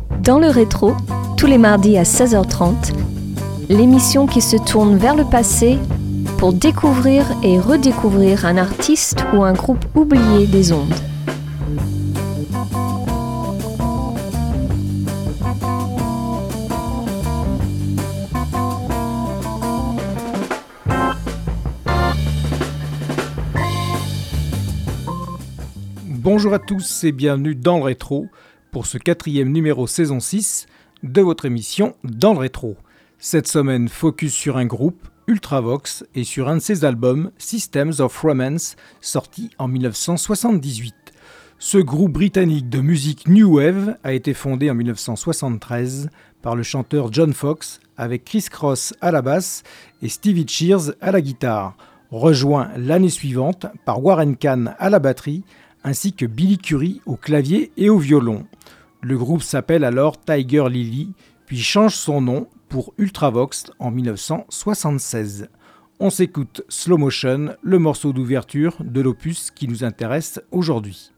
Dans le rétro, tous les mardis à 16h30, l'émission qui se tourne vers le passé pour découvrir et redécouvrir un artiste ou un groupe oublié des ondes. Bonjour à tous et bienvenue dans le rétro pour ce 4e numéro saison 6 de votre émission Dans le rétro. Cette semaine, focus sur un groupe, Ultravox, et sur un de ses albums, Systems of Romance, sorti en 1978. Ce groupe britannique de musique New Wave a été fondé en 1973 par le chanteur John Foxx avec Chris Cross à la basse et Stevie Cheers à la guitare, rejoint l'année suivante par Warren Kahn à la batterie ainsi que Billy Currie au clavier et au violon. Le groupe s'appelle alors Tiger Lily, puis change son nom pour Ultravox en 1976. On s'écoute Slow Motion, le morceau d'ouverture de l'opus qui nous intéresse aujourd'hui.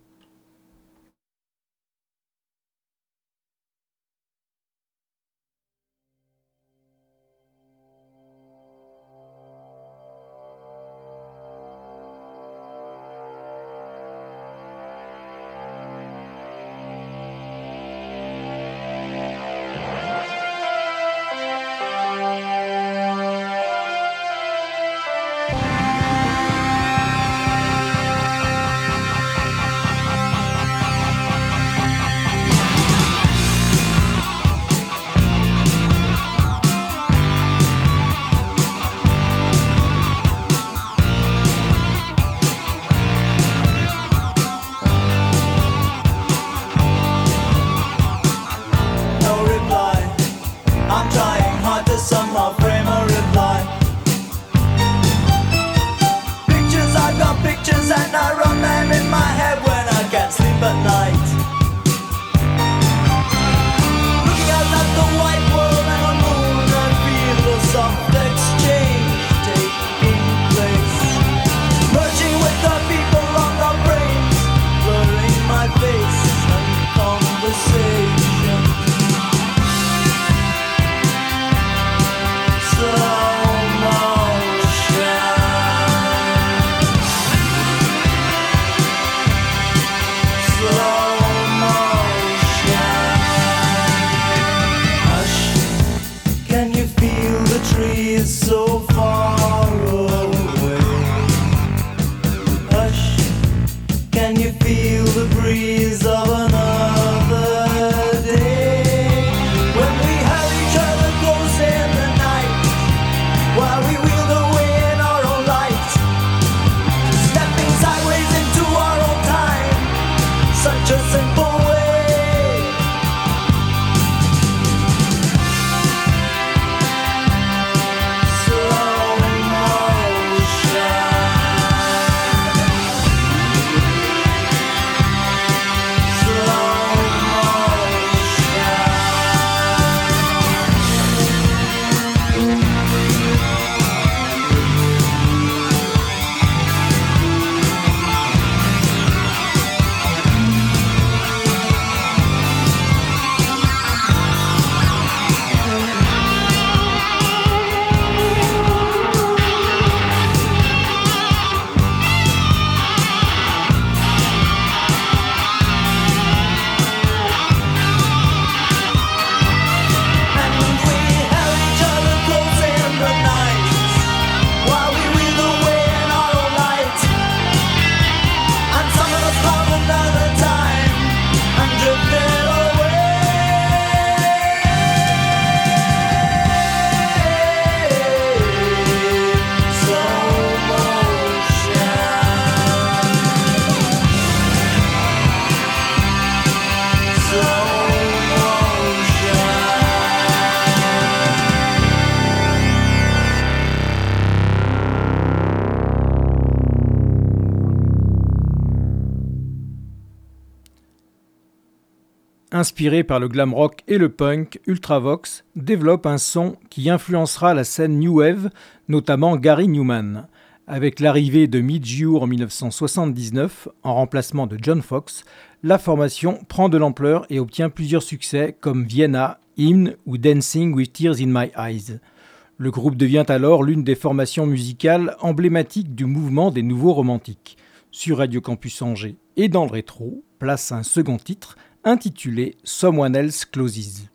Inspiré par le glam rock et le punk, Ultravox développe un son qui influencera la scène New Wave, notamment Gary Numan. Avec l'arrivée de Midge Ure en 1979, en remplacement de John Fox, la formation prend de l'ampleur et obtient plusieurs succès comme Vienna, Hymn ou Dancing with Tears in My Eyes. Le groupe devient alors l'une des formations musicales emblématiques du mouvement des Nouveaux Romantiques. Sur Radio Campus Angers et dans le rétro, place un second titre intitulé Someone Else Closes.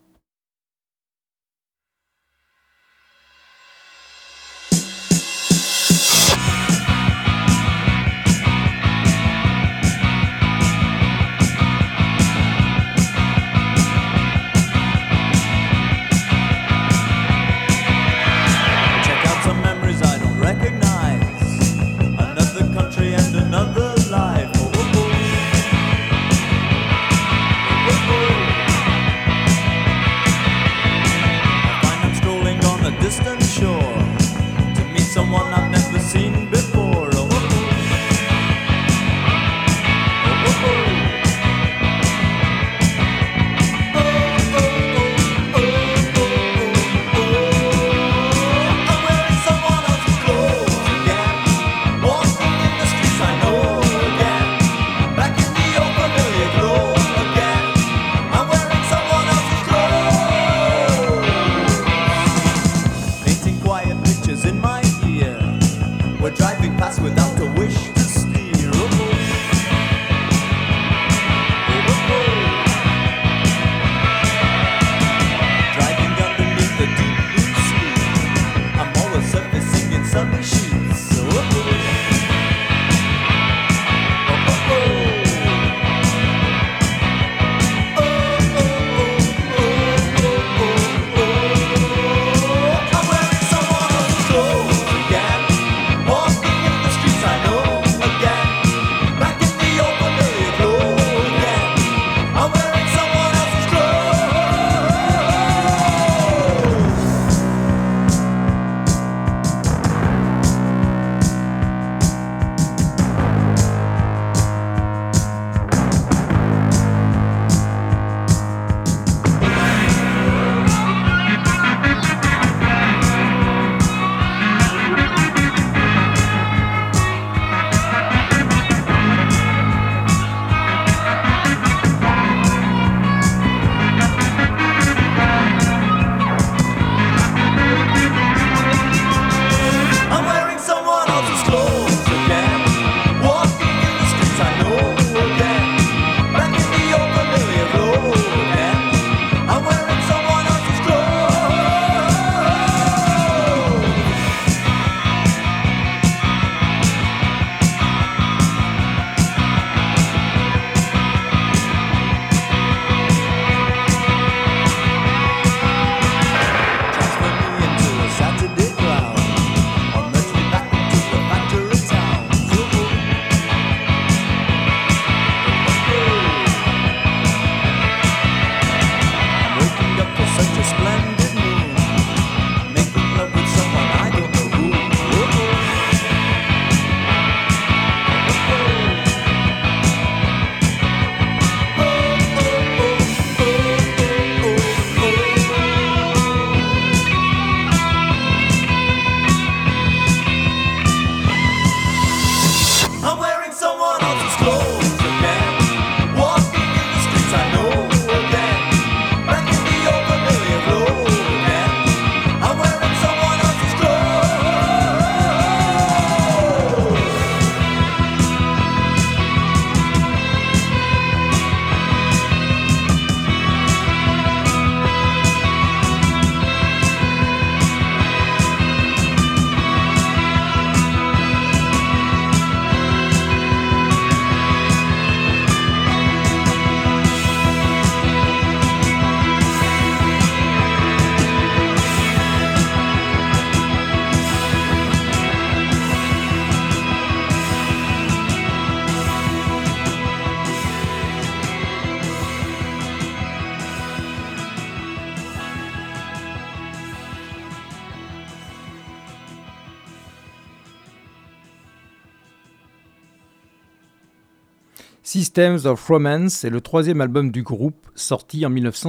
Systems of Romance est le troisième album du groupe, sorti en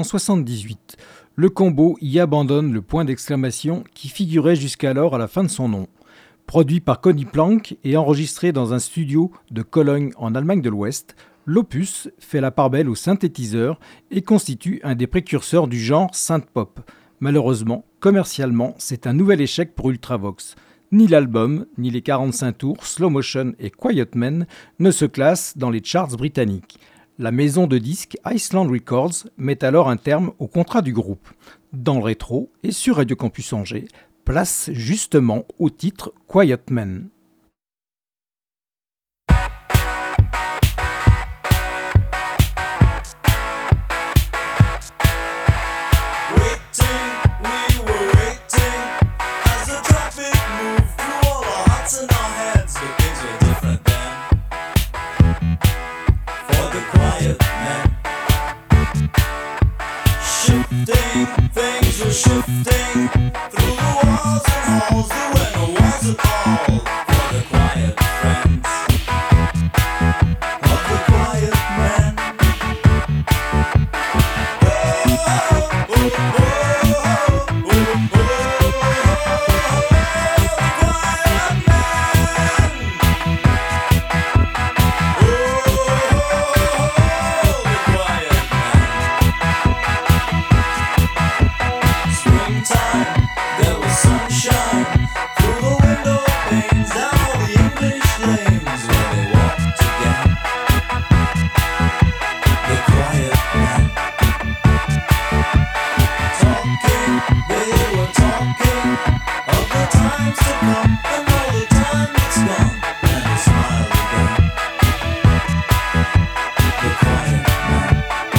1978. Le combo y abandonne le point d'exclamation qui figurait jusqu'alors à la fin de son nom. Produit par Conny Plank et enregistré dans un studio de Cologne en Allemagne de l'Ouest, l'opus fait la part belle aux synthétiseurs et constitue un des précurseurs du genre synth-pop. Malheureusement, commercialement, c'est un nouvel échec pour Ultravox. Ni l'album, ni les 45 tours Slow Motion et Quiet Man ne se classent dans les charts britanniques. La maison de disques Iceland Records met alors un terme au contrat du groupe. Dans le rétro et sur Radio Campus Angers, place justement au titre Quiet Man. Shifting through the walls and halls, there were no walls at all for the quiet friends of the quiet man. There was sunshine through the window panes, down all the English lanes where they walked again. The quiet man, talking, they were talking of the times to come and all the time that's gone. And he smiled again. The quiet man.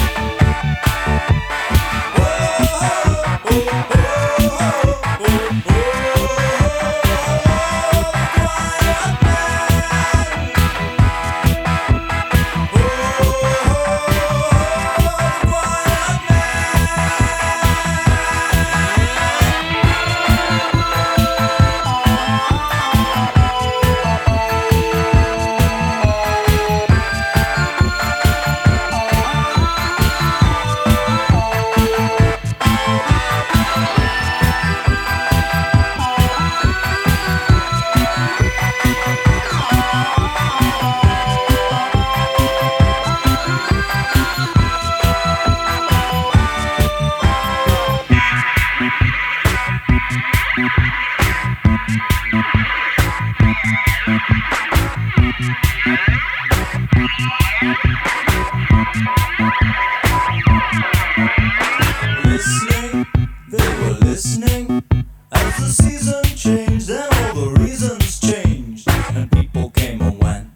Listening, they were listening as the season changed and all the reasons changed and people came and went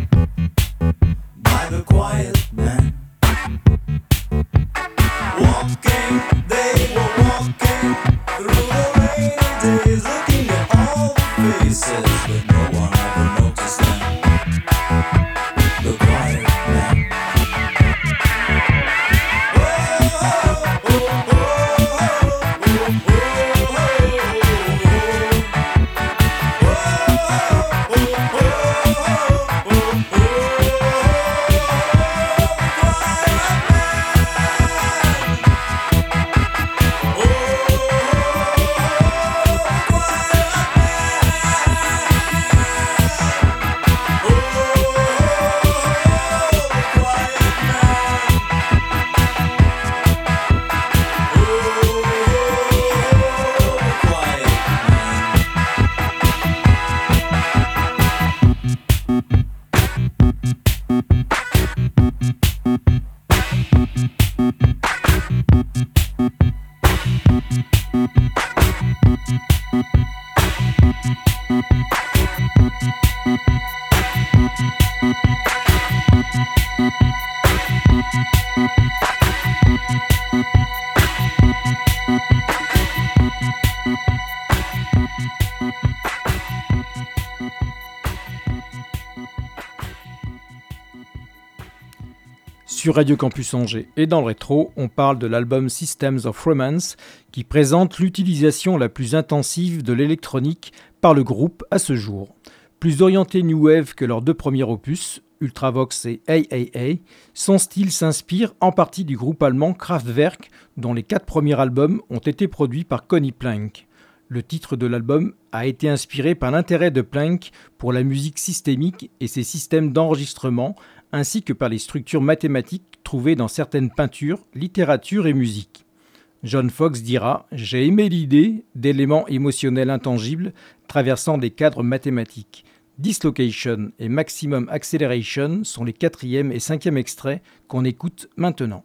by the quiet man. Walking, they were walking through the rainy days, looking at all the faces, but no one ever noticed them. The quiet man. Sur Radio Campus Angers et dans le rétro, on parle de l'album Systems of Romance qui présente l'utilisation la plus intensive de l'électronique par le groupe à ce jour. Plus orienté New Wave que leurs deux premiers opus, Ultravox et AAA, son style s'inspire en partie du groupe allemand Kraftwerk, dont les 4 premiers albums ont été produits par Conny Plank. Le titre de l'album a été inspiré par l'intérêt de Planck pour la musique systémique et ses systèmes d'enregistrement, ainsi que par les structures mathématiques trouvées dans certaines peintures, littérature et musique. John Fox dira « J'ai aimé l'idée d'éléments émotionnels intangibles traversant des cadres mathématiques. Dislocation et Maximum Acceleration sont les 4e et 5e extraits qu'on écoute maintenant.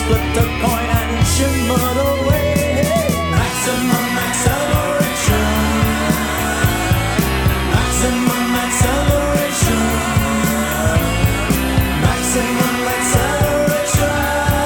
split the coin and shimmered away. Maximum acceleration. Maximum acceleration. Maximum acceleration.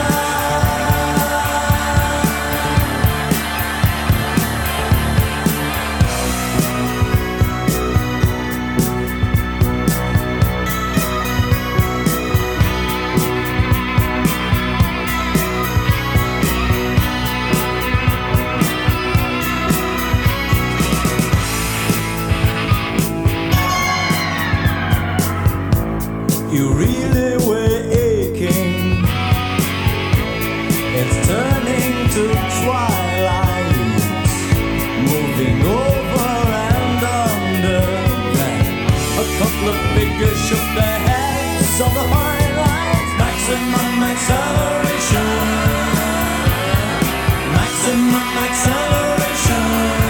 You really were aching. It's turning to twilight, moving over and under. Then a couple of figures shook their heads on the high lines. Maximum acceleration. Maximum acceleration.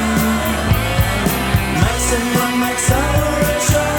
Maximum acceleration.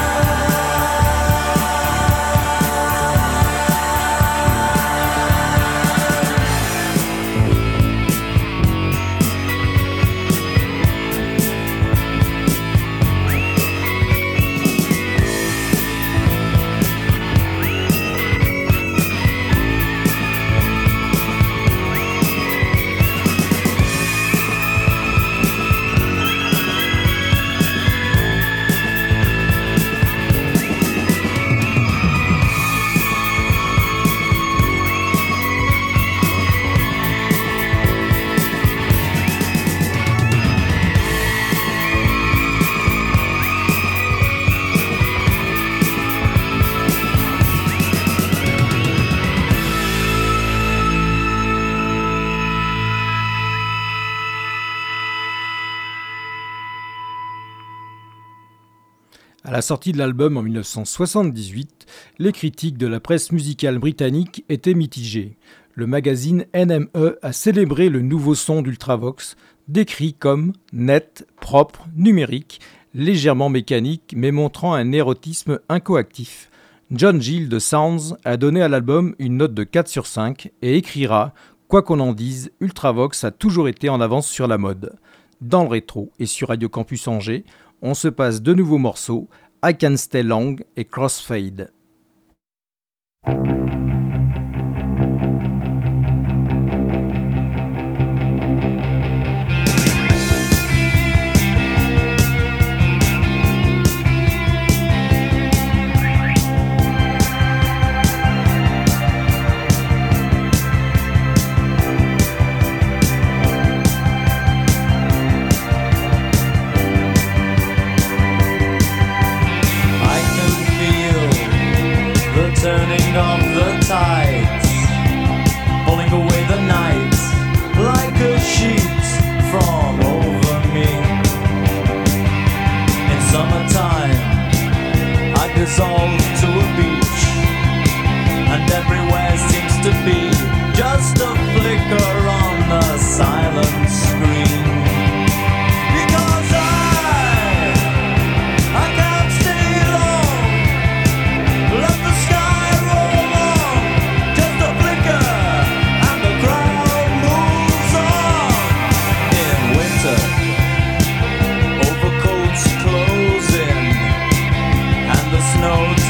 À la sortie de l'album en 1978, les critiques de la presse musicale britannique étaient mitigées. Le magazine NME a célébré le nouveau son d'Ultravox, décrit comme net, propre, numérique, légèrement mécanique mais montrant un érotisme incoactif. John Gill de Sounds a donné à l'album une note de 4 sur 5 et écrira « Quoi qu'on en dise, Ultravox a toujours été en avance sur la mode ». Dans le rétro et sur Radio Campus Angers, on se passe deux nouveaux morceaux, I Can Stay Long et Crossfade. Turning of the tides, pulling away the night like a sheet from over me. In summertime, I dissolve to a beach, and everywhere seems to be just a flicker on the silent screen. Because I can't stay long. Let the sky no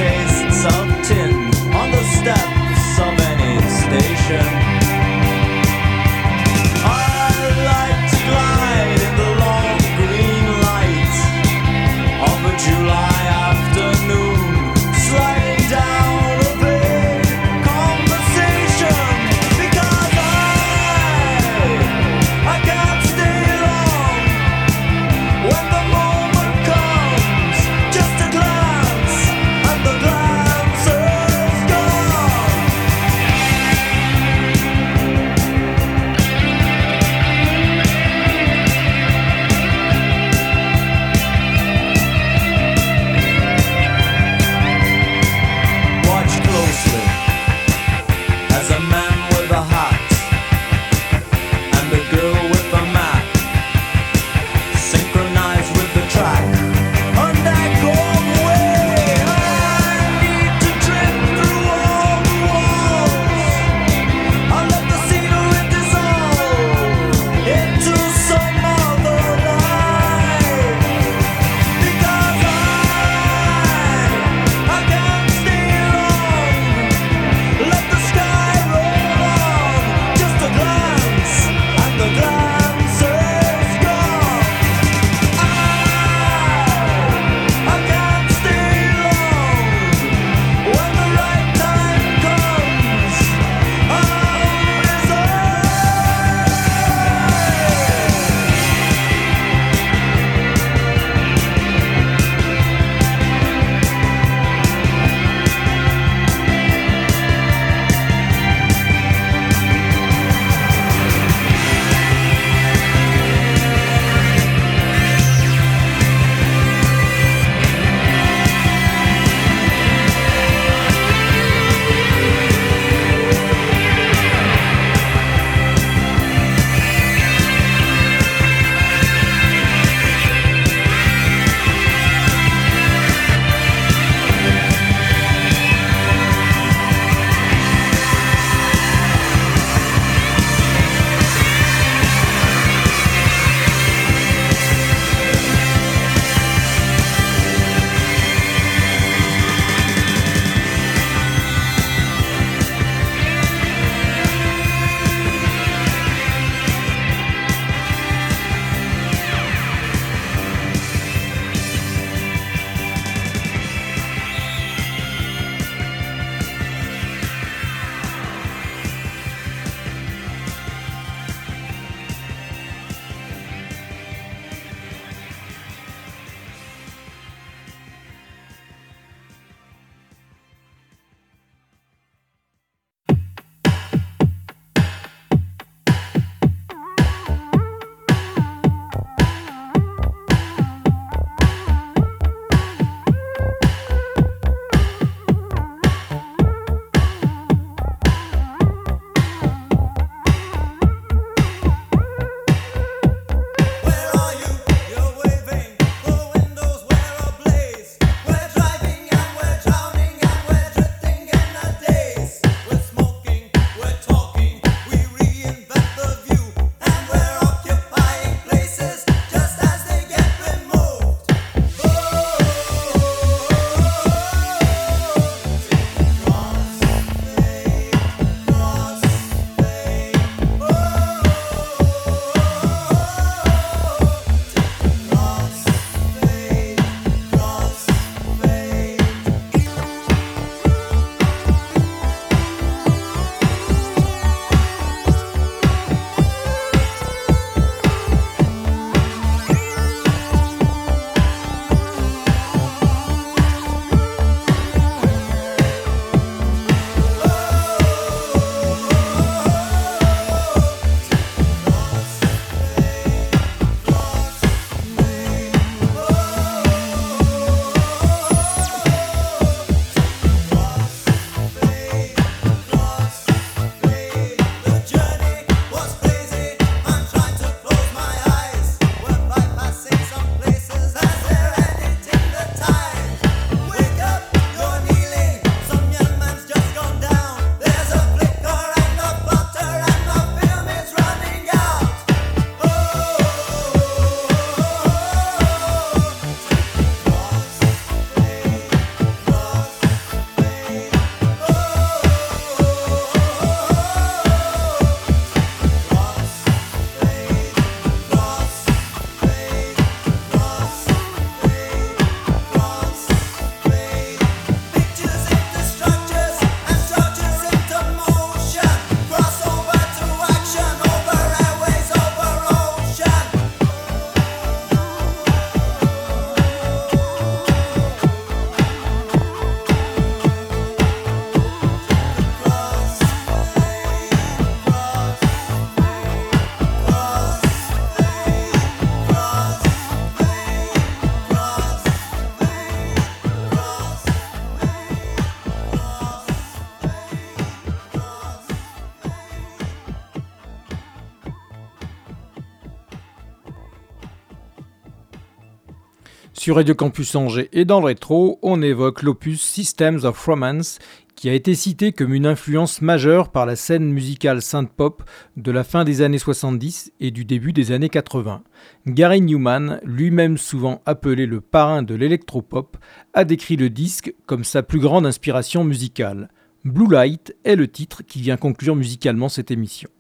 Sur Radio Campus Angers et dans le rétro, on évoque l'opus Systems of Romance, qui a été cité comme une influence majeure par la scène musicale synth-pop de la fin des années 70 et du début des années 80. Gary Newman, lui-même souvent appelé le parrain de l'électropop, a décrit le disque comme sa plus grande inspiration musicale. Blue Light est le titre qui vient conclure musicalement cette émission.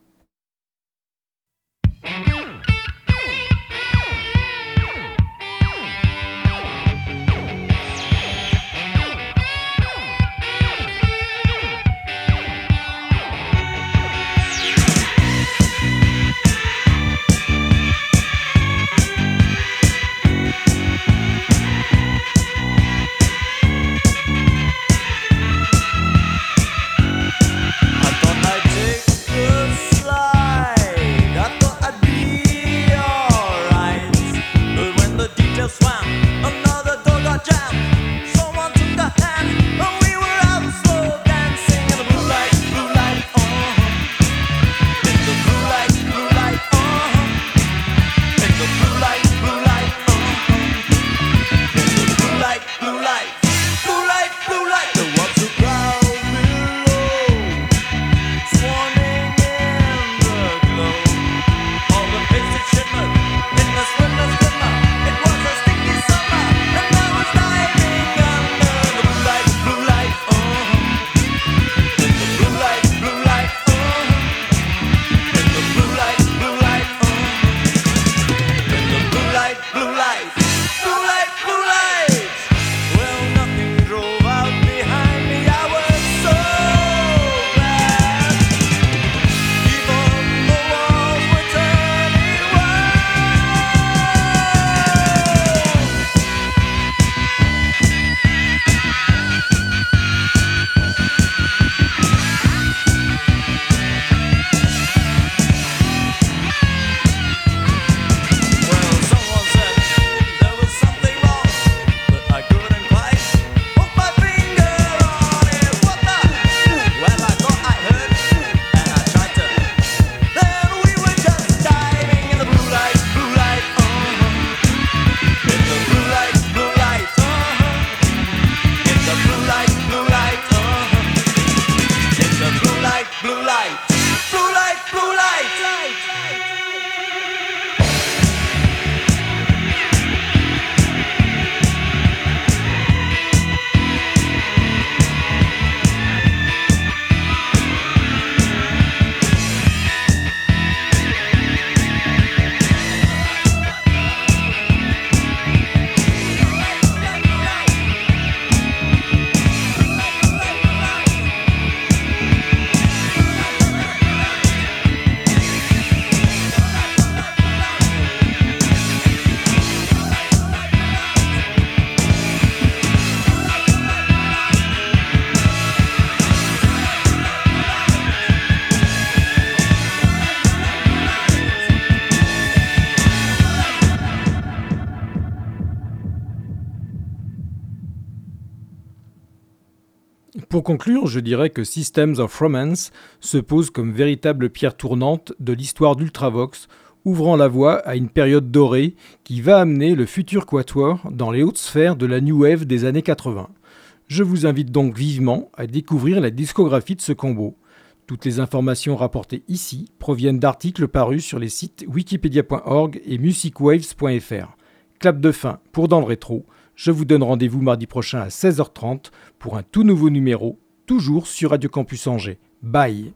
Pour conclure, je dirais que Systems of Romance se pose comme véritable pierre tournante de l'histoire d'Ultravox, ouvrant la voie à une période dorée qui va amener le futur Quatuor dans les hautes sphères de la New Wave des années 80. Je vous invite donc vivement à découvrir la discographie de ce combo. Toutes les informations rapportées ici proviennent d'articles parus sur les sites wikipedia.org et musicwaves.fr. Clap de fin pour Dans le Rétro. Je vous donne rendez-vous mardi prochain à 16h30 pour un tout nouveau numéro, toujours sur Radio Campus Angers. Bye.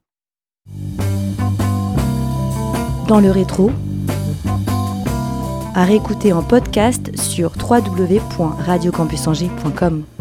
Dans le rétro, à réécouter en podcast sur www.radiocampusangers.com.